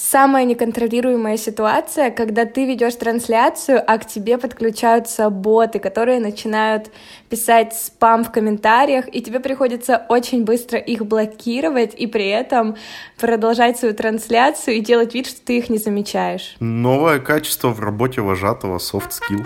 самая неконтролируемая ситуация, когда ты ведешь трансляцию, а к тебе подключаются боты, которые начинают писать спам в комментариях, и тебе приходится очень быстро их блокировать и при этом продолжать свою трансляцию и делать вид, что ты их не замечаешь. Новое качество в работе вожатого — soft skills.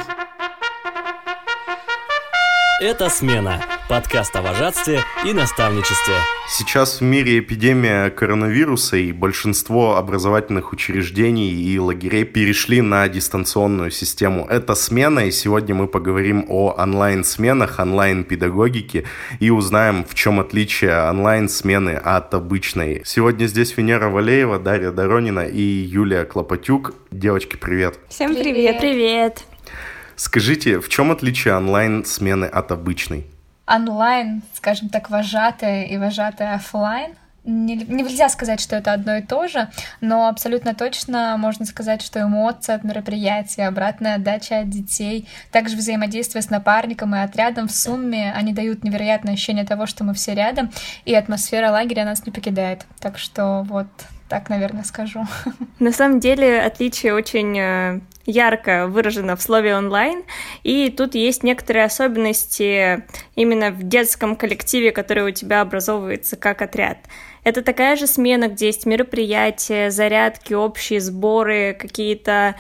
Это «Смена» — подкаст о вожатстве и наставничестве. Сейчас в мире эпидемия коронавируса, и большинство образовательных учреждений и лагерей перешли на дистанционную систему. Это «Смена», и сегодня мы поговорим о онлайн-сменах, онлайн-педагогике и узнаем, в чем отличие онлайн-смены от обычной. Сегодня здесь Венера Валеева, Дарья Доронина и Юлия Клопотюк. Девочки, привет! Всем привет! Привет! Скажите, в чем отличие онлайн-смены от обычной? Онлайн, скажем так, вожатая и вожатая офлайн. Нельзя сказать, что это одно и то же, но абсолютно точно можно сказать, что эмоции от мероприятия, обратная отдача от детей, также взаимодействие с напарником и отрядом в сумме, они дают невероятное ощущение того, что мы все рядом, и атмосфера лагеря нас не покидает. Так что вот так, наверное, скажу. На самом деле отличие очень ярко выражено в слове «онлайн», и тут есть некоторые особенности именно в детском коллективе, который у тебя образовывается как отряд. Это такая же смена, где есть мероприятия, зарядки, общие сборы, какие-то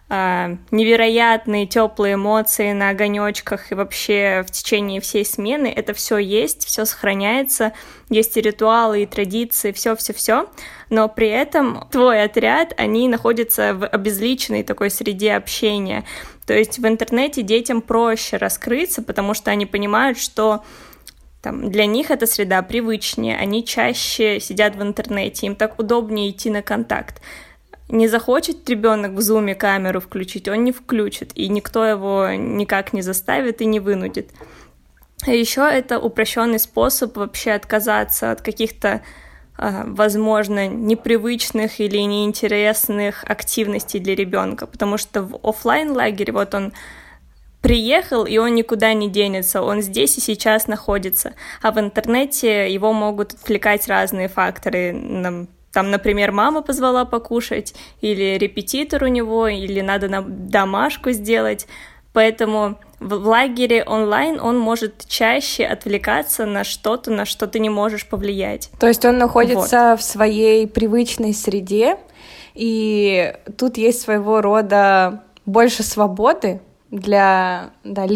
невероятные теплые эмоции на огонечках и вообще в течение всей смены. Это все есть, все сохраняется, есть и ритуалы, и традиции, все, но при этом твой отряд, они находятся в обезличенной такой среде общения. То есть в интернете детям проще раскрыться, потому что они понимают, что для них эта среда привычнее, они чаще сидят в интернете, им так удобнее идти на контакт. Не захочет ребенок в зуме камеру включить, он не включит, и никто его никак не заставит и не вынудит. А еще это упрощенный способ вообще отказаться от каких-то, возможно, непривычных или неинтересных активностей для ребенка, потому что в офлайн-лагере вот он приехал, и он никуда не денется, он здесь и сейчас находится, а в интернете его могут отвлекать разные факторы. Там, например, мама позвала покушать, или репетитор у него, или надо домашку сделать. Поэтому в лагере онлайн он может чаще отвлекаться на что ты не можешь повлиять. То есть он находится в своей привычной среде, и тут есть своего рода больше свободы для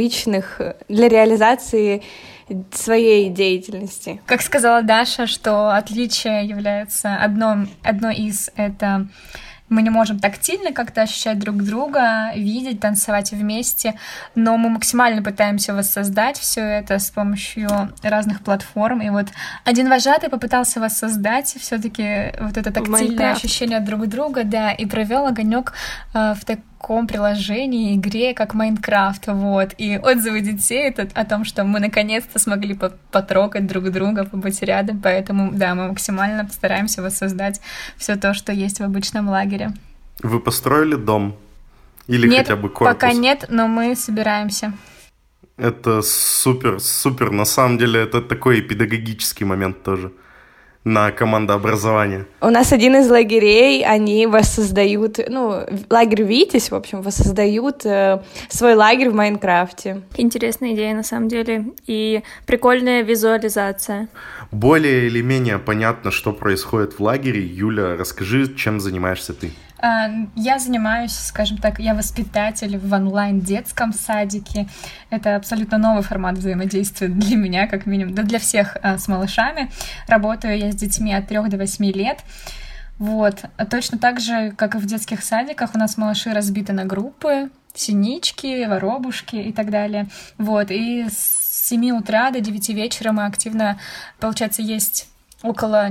реализации своей деятельности. Как сказала Даша, что отличие является одной из это мы не можем тактильно как-то ощущать друг друга, видеть, танцевать вместе, но мы максимально пытаемся воссоздать все это с помощью разных платформ. И вот один вожатый попытался воссоздать все-таки вот это тактильное ощущение друг друга, да, и провел огонек в таком приложении, игре, как Майнкрафт, вот. И отзывы детей это о том, что мы наконец-то смогли потрогать друг друга, побыть рядом, поэтому, да, мы максимально постараемся воссоздать все то, что есть в обычном лагере. Вы построили дом? Или нет, хотя бы корпус? Пока нет, но мы собираемся. Это супер. На самом деле это такой педагогический момент тоже на командообразование. У нас один из лагерей, они воссоздают, лагерь «Витязь», в общем, воссоздают свой лагерь в Майнкрафте. Интересная идея, на самом деле, и прикольная визуализация. Более или менее понятно, что происходит в лагере. Юля, расскажи, чем занимаешься ты? Я занимаюсь, скажем так, я воспитатель в онлайн-детском садике. Это абсолютно новый формат взаимодействия для меня, как минимум, да для всех с малышами. Работаю я с детьми от 3 до 8 лет. Вот. Точно так же, как и в детских садиках, у нас малыши разбиты на группы, синички, воробушки и так далее. Вот. И с 7 утра до 9 вечера мы активно, получается, есть около,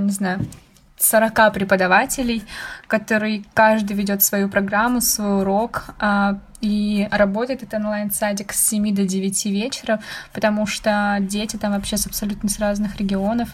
40 преподавателей, которые каждый ведет свою программу, свой урок, и работает этот онлайн-садик с 7 до 9 вечера, потому что дети там вообще абсолютно с разных регионов,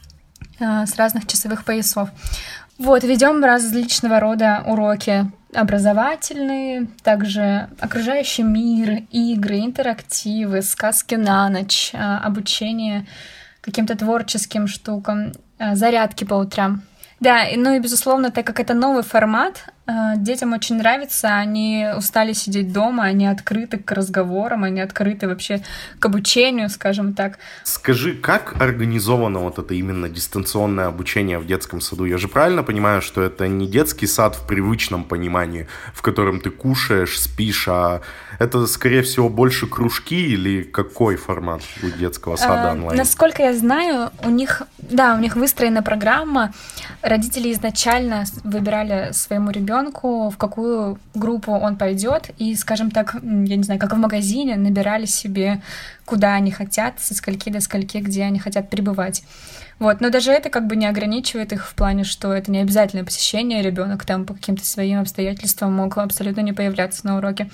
с разных часовых поясов. Вот, ведем различного рода уроки образовательные, также окружающий мир, игры, интерактивы, сказки на ночь, обучение каким-то творческим штукам, зарядки по утрам. Да, ну и, безусловно, так как это новый формат, детям очень нравится, они устали сидеть дома, они открыты к разговорам, они открыты вообще к обучению, скажем так. Скажи, как организовано вот это именно дистанционное обучение в детском саду? Я же правильно понимаю, что это не детский сад в привычном понимании, в котором ты кушаешь, спишь, а это, скорее всего, больше кружки или какой формат у детского сада онлайн? Насколько я знаю, у них выстроена программа. Родители изначально выбирали своему ребенку, в какую группу он пойдет, и, скажем так, я не знаю, как в магазине, набирали себе, куда они хотят, со скольки до скольки, где они хотят пребывать. Вот. Но даже это как бы не ограничивает их в плане, что это не обязательное посещение, ребенок там по каким-то своим обстоятельствам мог абсолютно не появляться на уроке.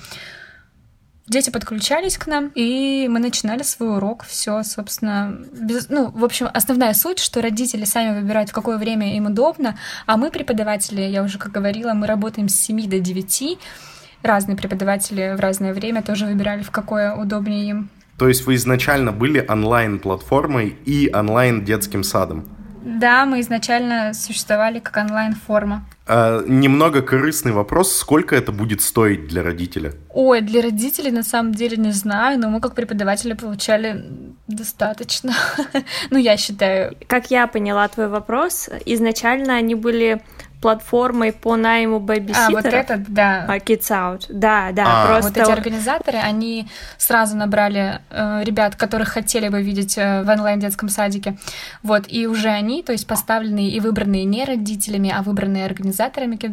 Дети подключались к нам, и мы начинали свой урок. Все, собственно, в общем, основная суть, что родители сами выбирают, в какое время им удобно, а мы, преподаватели, я уже как говорила, мы работаем с 7 до 9. Разные преподаватели в разное время тоже выбирали, в какое удобнее им. То есть вы изначально были онлайн-платформой и онлайн-детским садом? Да, мы изначально существовали как онлайн-форма. Немного корыстный вопрос. Сколько это будет стоить для родителя? Ой, для родителей на самом деле не знаю, но мы как преподаватели получали достаточно. Я считаю. Как я поняла твой вопрос, изначально они были платформой по найму бэбиситеров. Вот это, да. Kids Out. Да, просто... Вот эти организаторы, они сразу набрали ребят, которых хотели бы видеть в онлайн-детском садике. Вот, и уже они, то есть поставленные и выбранные не родителями, а выбранные организаторами Kids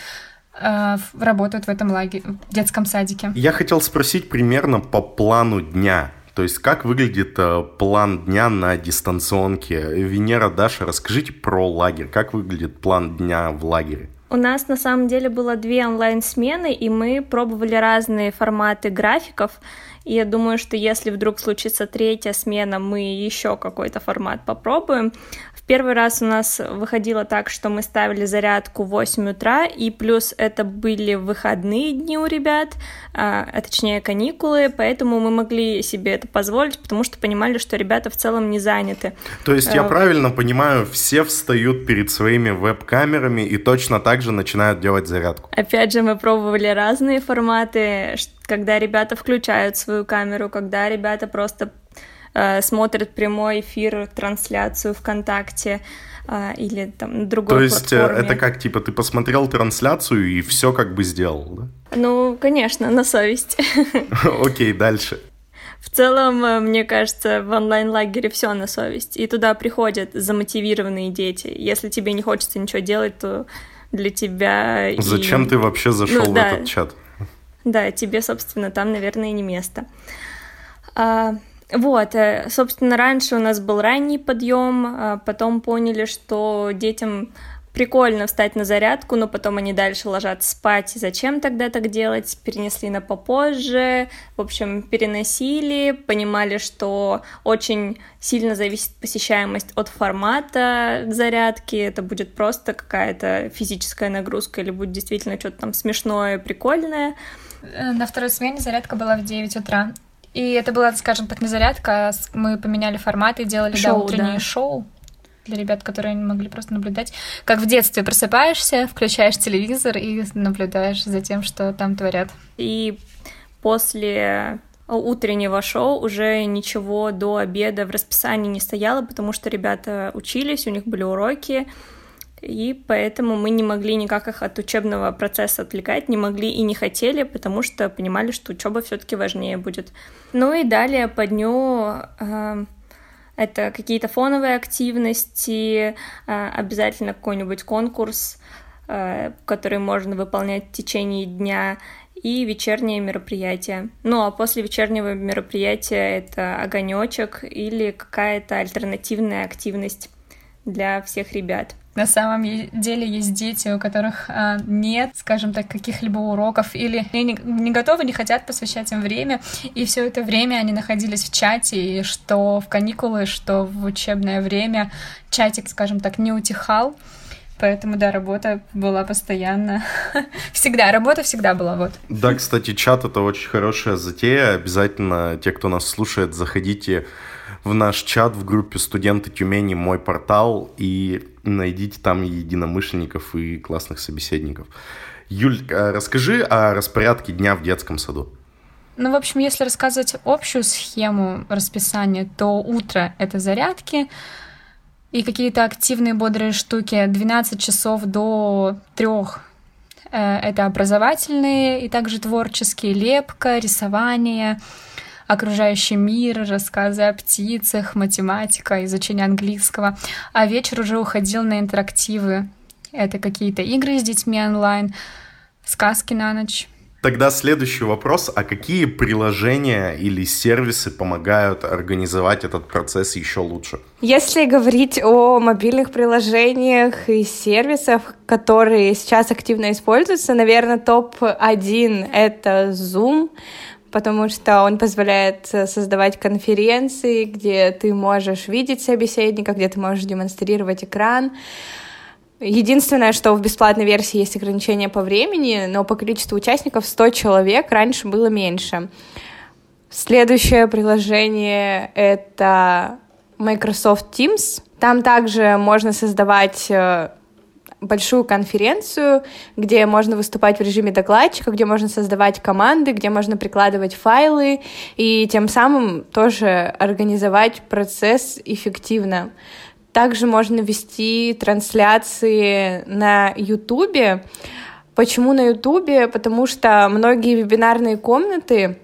Out, работают в этом в детском садике. Я хотел спросить примерно по плану дня. То есть как выглядит план дня на дистанционке? Венера, Даша, расскажите про лагерь. Как выглядит план дня в лагере? У нас на самом деле было 2 онлайн-смены, и мы пробовали разные форматы графиков. И я думаю, что если вдруг случится 3-я смена, мы еще какой-то формат попробуем. В первый раз у нас выходило так, что мы ставили зарядку в 8 утра, и плюс это были выходные дни у ребят, точнее каникулы, поэтому мы могли себе это позволить, потому что понимали, что ребята в целом не заняты. То есть я правильно понимаю, все встают перед своими веб-камерами и точно так же начинают делать зарядку? Опять же, мы пробовали разные форматы, когда ребята включают свою камеру, когда ребята просто смотрят прямой эфир, трансляцию ВКонтакте или там на другой платформе. То есть это как, типа, ты посмотрел трансляцию и все как бы сделал, да? Ну, конечно, на совесть. Окей, дальше. В целом, мне кажется, в онлайн-лагере все на совесть, и туда приходят замотивированные дети. Если тебе не хочется ничего делать, то для тебя... Зачем ты вообще зашел в этот чат? Да, тебе, собственно, там, наверное, не место. Собственно, раньше у нас был ранний подъем, потом поняли, что детям прикольно встать на зарядку, но потом они дальше ложатся спать, и зачем тогда так делать? Перенесли на попозже, в общем, переносили, понимали, что очень сильно зависит посещаемость от формата зарядки, это будет просто какая-то физическая нагрузка или будет действительно что-то там смешное, прикольное. На второй смене зарядка была в 9 утра. И это была, скажем так, не зарядка, мы поменяли формат и делали утреннее шоу для ребят, которые не могли просто наблюдать. Как в детстве просыпаешься, включаешь телевизор и наблюдаешь за тем, что там творят. И после утреннего шоу уже ничего до обеда в расписании не стояло, потому что ребята учились, у них были уроки, и поэтому мы не могли никак их от учебного процесса отвлекать, не могли и не хотели, потому что понимали, что учеба все-таки важнее будет. Ну и далее по дню это какие-то фоновые активности, обязательно какой-нибудь конкурс, который можно выполнять в течение дня, и вечернее мероприятие. Ну а после вечернего мероприятия это огонечек или какая-то альтернативная активность для всех ребят. На самом деле есть дети, у которых нет, скажем так, каких-либо уроков, или не готовы, не хотят посвящать им время, и все это время они находились в чате, и что в каникулы, что в учебное время чатик, скажем так, не утихал. Поэтому, да, работа была постоянно. Работа всегда была, вот. Да, кстати, чат — это очень хорошая затея. Обязательно те, кто нас слушает, заходите в наш чат в группе «Студенты Тюмени. Мой портал» и найдите там единомышленников и классных собеседников. Юль, расскажи о распорядке дня в детском саду. Ну, в общем, если рассказывать общую схему расписания, то утро — это зарядки и какие-то активные, бодрые штуки. 12 часов до 3 — это образовательные и также творческие: лепка, рисование, окружающий мир, рассказы о птицах, математика, изучение английского. А вечер уже уходил на интерактивы. Это какие-то игры с детьми онлайн, сказки на ночь. Тогда следующий вопрос. А какие приложения или сервисы помогают организовать этот процесс еще лучше? Если говорить о мобильных приложениях и сервисах, которые сейчас активно используются, наверное, топ-1 — это Zoom, потому что он позволяет создавать конференции, где ты можешь видеть собеседника, где ты можешь демонстрировать экран. Единственное, что в бесплатной версии есть ограничение по времени, но по количеству участников 100 человек, раньше было меньше. Следующее приложение — это Microsoft Teams. Там также можно создавать большую конференцию, где можно выступать в режиме докладчика, где можно создавать команды, где можно прикладывать файлы и тем самым тоже организовать процесс эффективно. Также можно вести трансляции на YouTube. Почему на YouTube? Потому что многие вебинарные комнаты,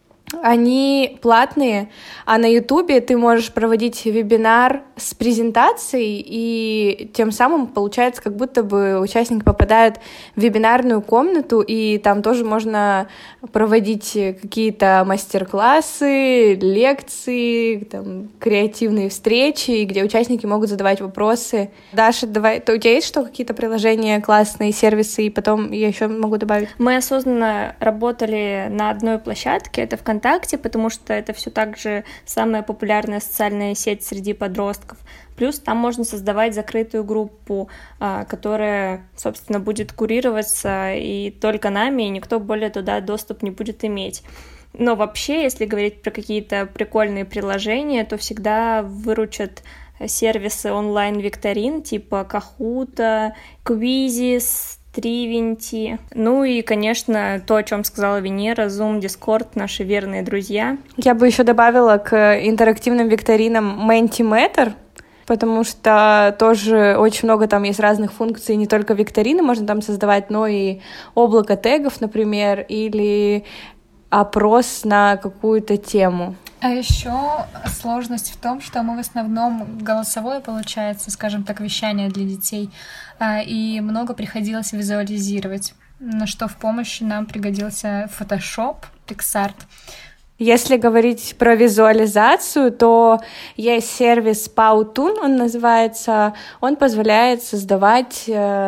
они платные, а на YouTube ты можешь проводить вебинар с презентацией, и тем самым получается, как будто бы участник попадает в вебинарную комнату, и там тоже можно проводить какие-то мастер-классы, лекции, там, креативные встречи, где участники могут задавать вопросы. Даша, давай, у тебя есть что, какие-то приложения, классные сервисы, и потом я еще могу добавить? Мы осознанно работали на одной площадке, это ВКонтакте, потому что это все так же самая популярная социальная сеть среди подростков. Плюс там можно создавать закрытую группу, которая, собственно, будет курироваться и только нами, и никто более туда доступ не будет иметь. Но вообще, если говорить про какие-то прикольные приложения, то всегда выручат сервисы онлайн-викторин типа Kahoot, Quizzes, Trinity. Ну и, конечно, то, о чем сказала Венера, Zoom, Discord — наши верные друзья. Я бы еще добавила к интерактивным викторинам Mentimeter, потому что тоже очень много там есть разных функций, не только викторины можно там создавать, но и облако тегов, например, или опрос на какую-то тему. А еще сложность в том, что мы в основном голосовое, получается, скажем так, вещание для детей, и много приходилось визуализировать, на что в помощь нам пригодился Photoshop, PicsArt. Если говорить про визуализацию, то есть сервис Powtoon, он называется, он позволяет создавать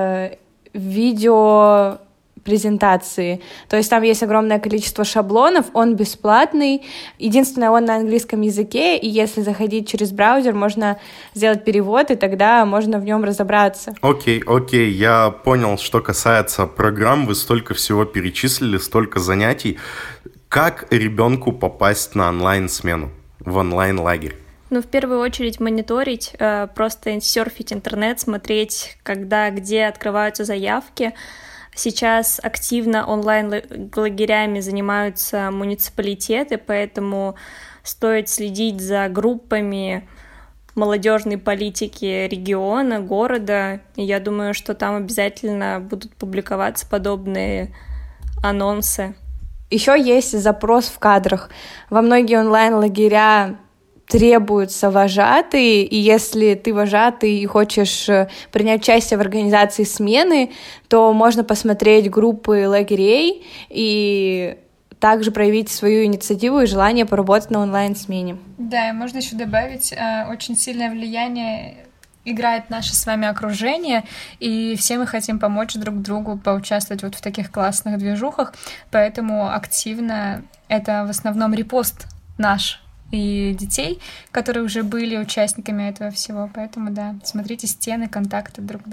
видео презентации. То есть там есть огромное количество шаблонов, он бесплатный. Единственное, он на английском языке, и если заходить через браузер, можно сделать перевод, и тогда можно в нем разобраться. Окей, я понял, что касается программ, вы столько всего перечислили, столько занятий. Как ребенку попасть на онлайн-смену, в онлайн-лагерь? Ну, в первую очередь мониторить, просто серфить интернет, смотреть, когда, где открываются заявки. Сейчас активно онлайн-лагерями занимаются муниципалитеты, поэтому стоит следить за группами молодежной политики региона, города. И я думаю, что там обязательно будут публиковаться подобные анонсы. Еще есть запрос в кадрах. Во многие онлайн-лагеря требуются вожатые, и если ты вожатый и хочешь принять участие в организации смены, то можно посмотреть группы лагерей и также проявить свою инициативу и желание поработать на онлайн-смене. Да, и можно еще добавить, очень сильное влияние играет наше с вами окружение, и все мы хотим помочь друг другу, поучаствовать вот в таких классных движухах, поэтому активно это в основном репост наш и детей, которые уже были участниками этого всего. Поэтому, да, смотрите стены, контакты друг друга.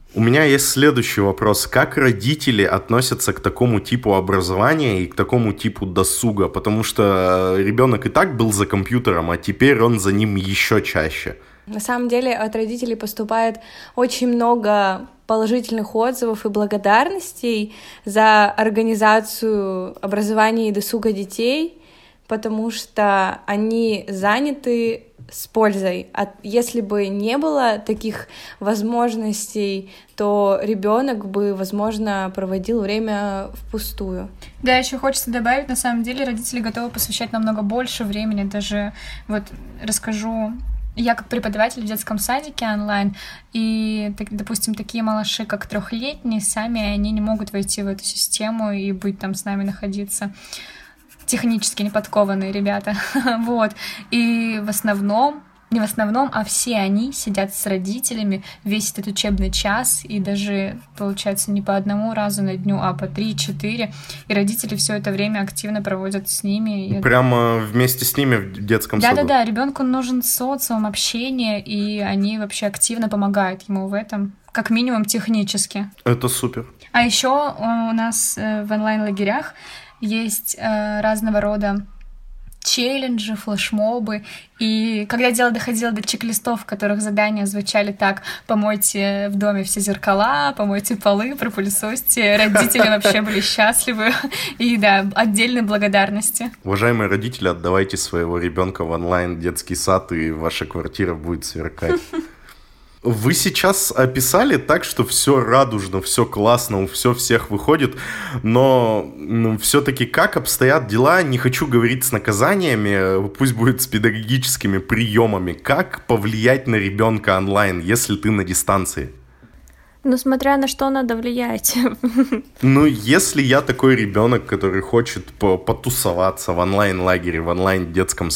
У меня есть следующий вопрос. Как родители относятся к такому типу образования и к такому типу досуга? Потому что ребенок и так был за компьютером, а теперь он за ним еще чаще. На самом деле от родителей поступает очень много положительных отзывов и благодарностей за организацию образования и досуга детей, потому что они заняты с пользой. А если бы не было таких возможностей, то ребенок бы, возможно, проводил время впустую. Да, еще хочется добавить, на самом деле родители готовы посвящать намного больше времени. Даже вот расскажу, я как преподаватель в детском садике онлайн, и, допустим, такие малыши, как 3-летние, сами они не могут войти в эту систему и быть там с нами находиться. Технически неподкованные ребята, вот, и не в основном, а все они сидят с родителями весь этот учебный час, и даже, получается, не по одному разу на дню, а по 3-4, и родители все это время активно проводят с ними. Прямо вместе с ними в детском саду? Да, ребенку нужен социум, общение, и они вообще активно помогают ему в этом, как минимум технически. Это супер. А еще у нас в онлайн-лагерях есть разного рода челленджи, флешмобы. И когда дело доходило до чек-листов, в которых задания звучали так: помойте в доме все зеркала, помойте полы, пропылесосьте, родители вообще были счастливы. И да, отдельные благодарности. Уважаемые родители, отдавайте своего ребенка в онлайн детский сад, и ваша квартира будет сверкать. Вы сейчас описали так, что все радужно, все классно, все всех выходит, но все-таки как обстоят дела, не хочу говорить с наказаниями, пусть будет с педагогическими приемами. Как повлиять на ребенка онлайн, если ты на дистанции? Ну, смотря на что надо влиять. Ну, если я такой ребенок, который хочет потусоваться в онлайн-лагере, в онлайн-детском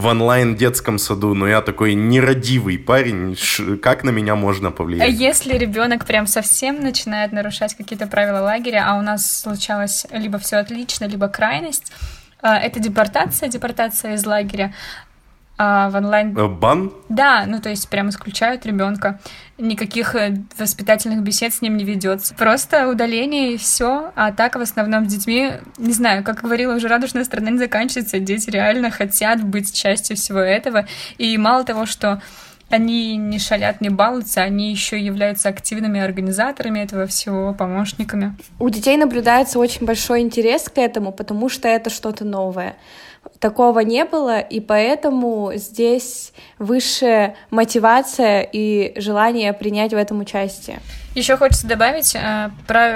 саду, но я такой нерадивый парень, как на меня можно повлиять? Если ребенок прям совсем начинает нарушать какие-то правила лагеря, а у нас случалось либо все отлично, либо крайность, это депортация из лагеря. В онлайн... Бан? Да, ну то есть прям исключают ребенка. Никаких воспитательных бесед с ним не ведется. Просто удаление и все. А так в основном с детьми, не знаю, как говорила уже, радужная сторона не заканчивается. Дети реально хотят быть частью всего этого. И мало того, что они не шалят, не балуются, они еще являются активными организаторами этого всего, помощниками. У детей наблюдается очень большой интерес к этому, потому что это что-то новое. Такого не было, и поэтому здесь высшая мотивация и желание принять в этом участие. Еще хочется добавить, одно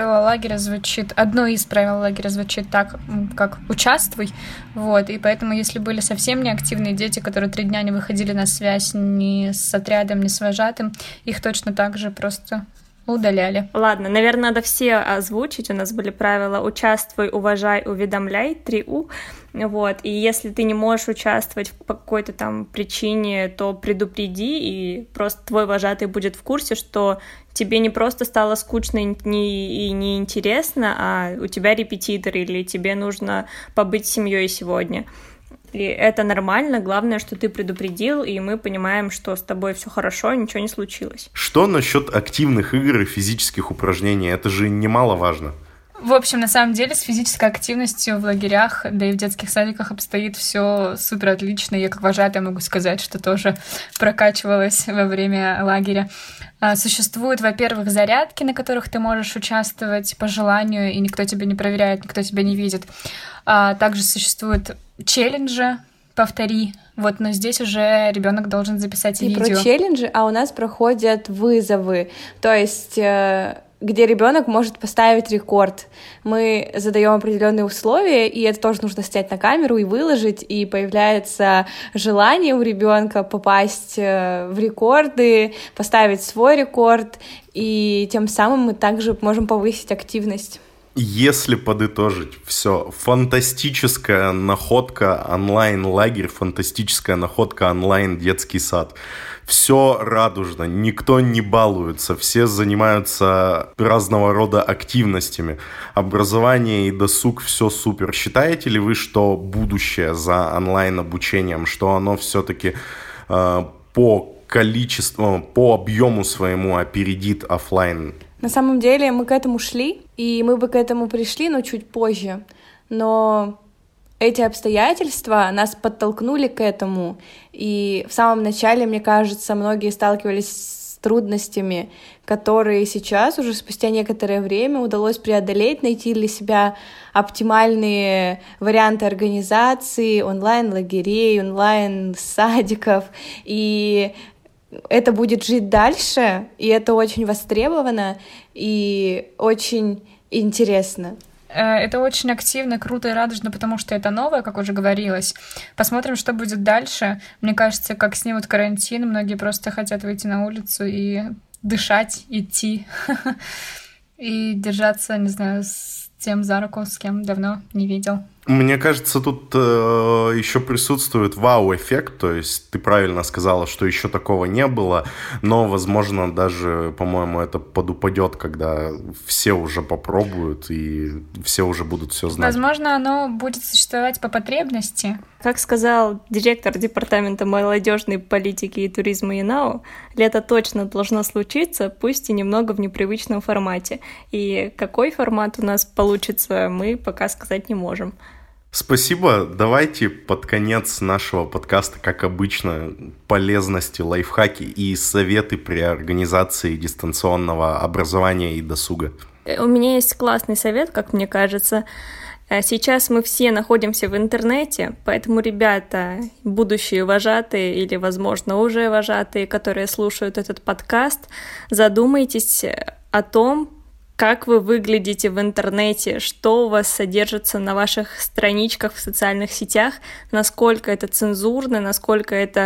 из правил лагеря звучит так, как «участвуй», вот, и поэтому, если были совсем неактивные дети, которые 3 дня не выходили на связь ни с отрядом, ни с вожатым, их точно так же просто удаляли. Ладно, наверное, надо все озвучить. У нас были правила «участвуй, уважай, уведомляй», 3У. Вот, и если ты не можешь участвовать по какой-то там причине, то предупреди, и просто твой вожатый будет в курсе, что тебе не просто стало скучно и неинтересно, а у тебя репетитор, или тебе нужно побыть с семьей сегодня. И это нормально, главное, что ты предупредил, и мы понимаем, что с тобой все хорошо, ничего не случилось. Что насчет активных игр и физических упражнений? Это же немаловажно. В общем, на самом деле, с физической активностью в лагерях, да и в детских садиках обстоит все супер отлично. Я как вожатая могу сказать, что тоже прокачивалась во время лагеря. Существуют, во-первых, зарядки, на которых ты можешь участвовать по желанию, и никто тебя не проверяет, никто тебя не видит. Также существуют челленджи, повтори. Вот, но здесь уже ребенок должен записать и видео. И про челленджи, а у нас проходят вызовы, то есть где ребенок может поставить рекорд. Мы задаем определенные условия, и это тоже нужно снять на камеру и выложить, и появляется желание у ребенка попасть в рекорды, поставить свой рекорд, и тем самым мы также можем повысить активность. Если подытожить, все, фантастическая находка онлайн-лагерь, фантастическая находка онлайн-детский сад. Все радужно, никто не балуется, все занимаются разного рода активностями. Образование и досуг, все супер. Считаете ли вы, что будущее за онлайн-обучением, что оно все-таки по количеству, по объему своему опередит офлайн? На самом деле мы к этому шли, и мы бы к этому пришли, но чуть позже. Но эти обстоятельства нас подтолкнули к этому, и в самом начале, мне кажется, многие сталкивались с трудностями, которые сейчас, уже спустя некоторое время, удалось преодолеть, найти для себя оптимальные варианты организации онлайн-лагерей, онлайн-садиков, и это будет жить дальше, и это очень востребовано и очень интересно. Это очень активно, круто и радужно, потому что это новое, как уже говорилось. Посмотрим, что будет дальше. Мне кажется, как снимут карантин, многие просто хотят выйти на улицу и дышать, идти и держаться, не знаю, с тем за руку, с кем давно не видел. Мне кажется, тут еще присутствует вау-эффект, то есть ты правильно сказала, что еще такого не было, но, возможно, даже, по-моему, это подупадет, когда все уже попробуют и все уже будут все знать. Возможно, оно будет существовать по потребности. Как сказал директор департамента молодежной политики и туризма ИНАУ, лето точно должно случиться, пусть и немного в непривычном формате. И какой формат у нас получится, мы пока сказать не можем. Спасибо. Давайте под конец нашего подкаста, как обычно, полезности, лайфхаки и советы при организации дистанционного образования и досуга. У меня есть классный совет, как мне кажется. Сейчас мы все находимся в интернете, поэтому, ребята, будущие вожатые или, возможно, уже вожатые, которые слушают этот подкаст, задумайтесь о том, как вы выглядите в интернете, что у вас содержится на ваших страничках в социальных сетях, насколько это цензурно, насколько это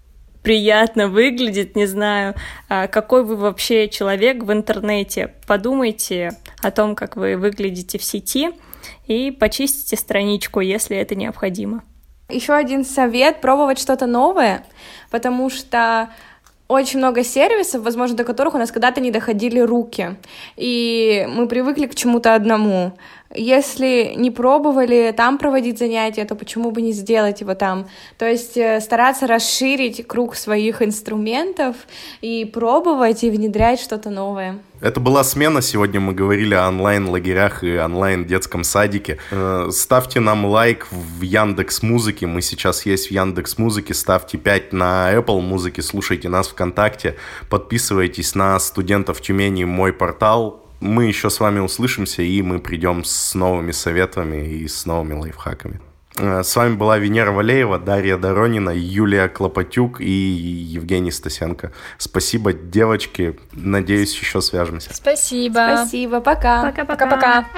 приятно выглядит, не знаю, какой вы вообще человек в интернете. Подумайте о том, как вы выглядите в сети, и почистите страничку, если это необходимо. Еще один совет — пробовать что-то новое, потому что очень много сервисов, возможно, до которых у нас когда-то не доходили руки, и мы привыкли к чему-то одному. Если не пробовали там проводить занятия, то почему бы не сделать его там? То есть стараться расширить круг своих инструментов и пробовать и внедрять что-то новое. Это была смена. Сегодня мы говорили о онлайн-лагерях и онлайн-детском садике. Ставьте нам лайк в Яндекс.Музыке. Мы сейчас есть в Яндекс.Музыке. Ставьте 5 на Apple Музыке. Слушайте нас ВКонтакте. Подписывайтесь на «Студентов Тюмени» мой портал. Мы еще с вами услышимся, и мы придем с новыми советами и с новыми лайфхаками. С вами была Венера Валеева, Дарья Доронина, Юлия Клопотюк и Евгений Стасенко. Спасибо, девочки. Надеюсь, еще свяжемся. Спасибо. Спасибо. Пока. Пока-пока.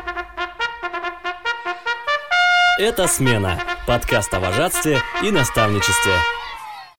Это «Смена» — подкаст о вожатстве и наставничестве.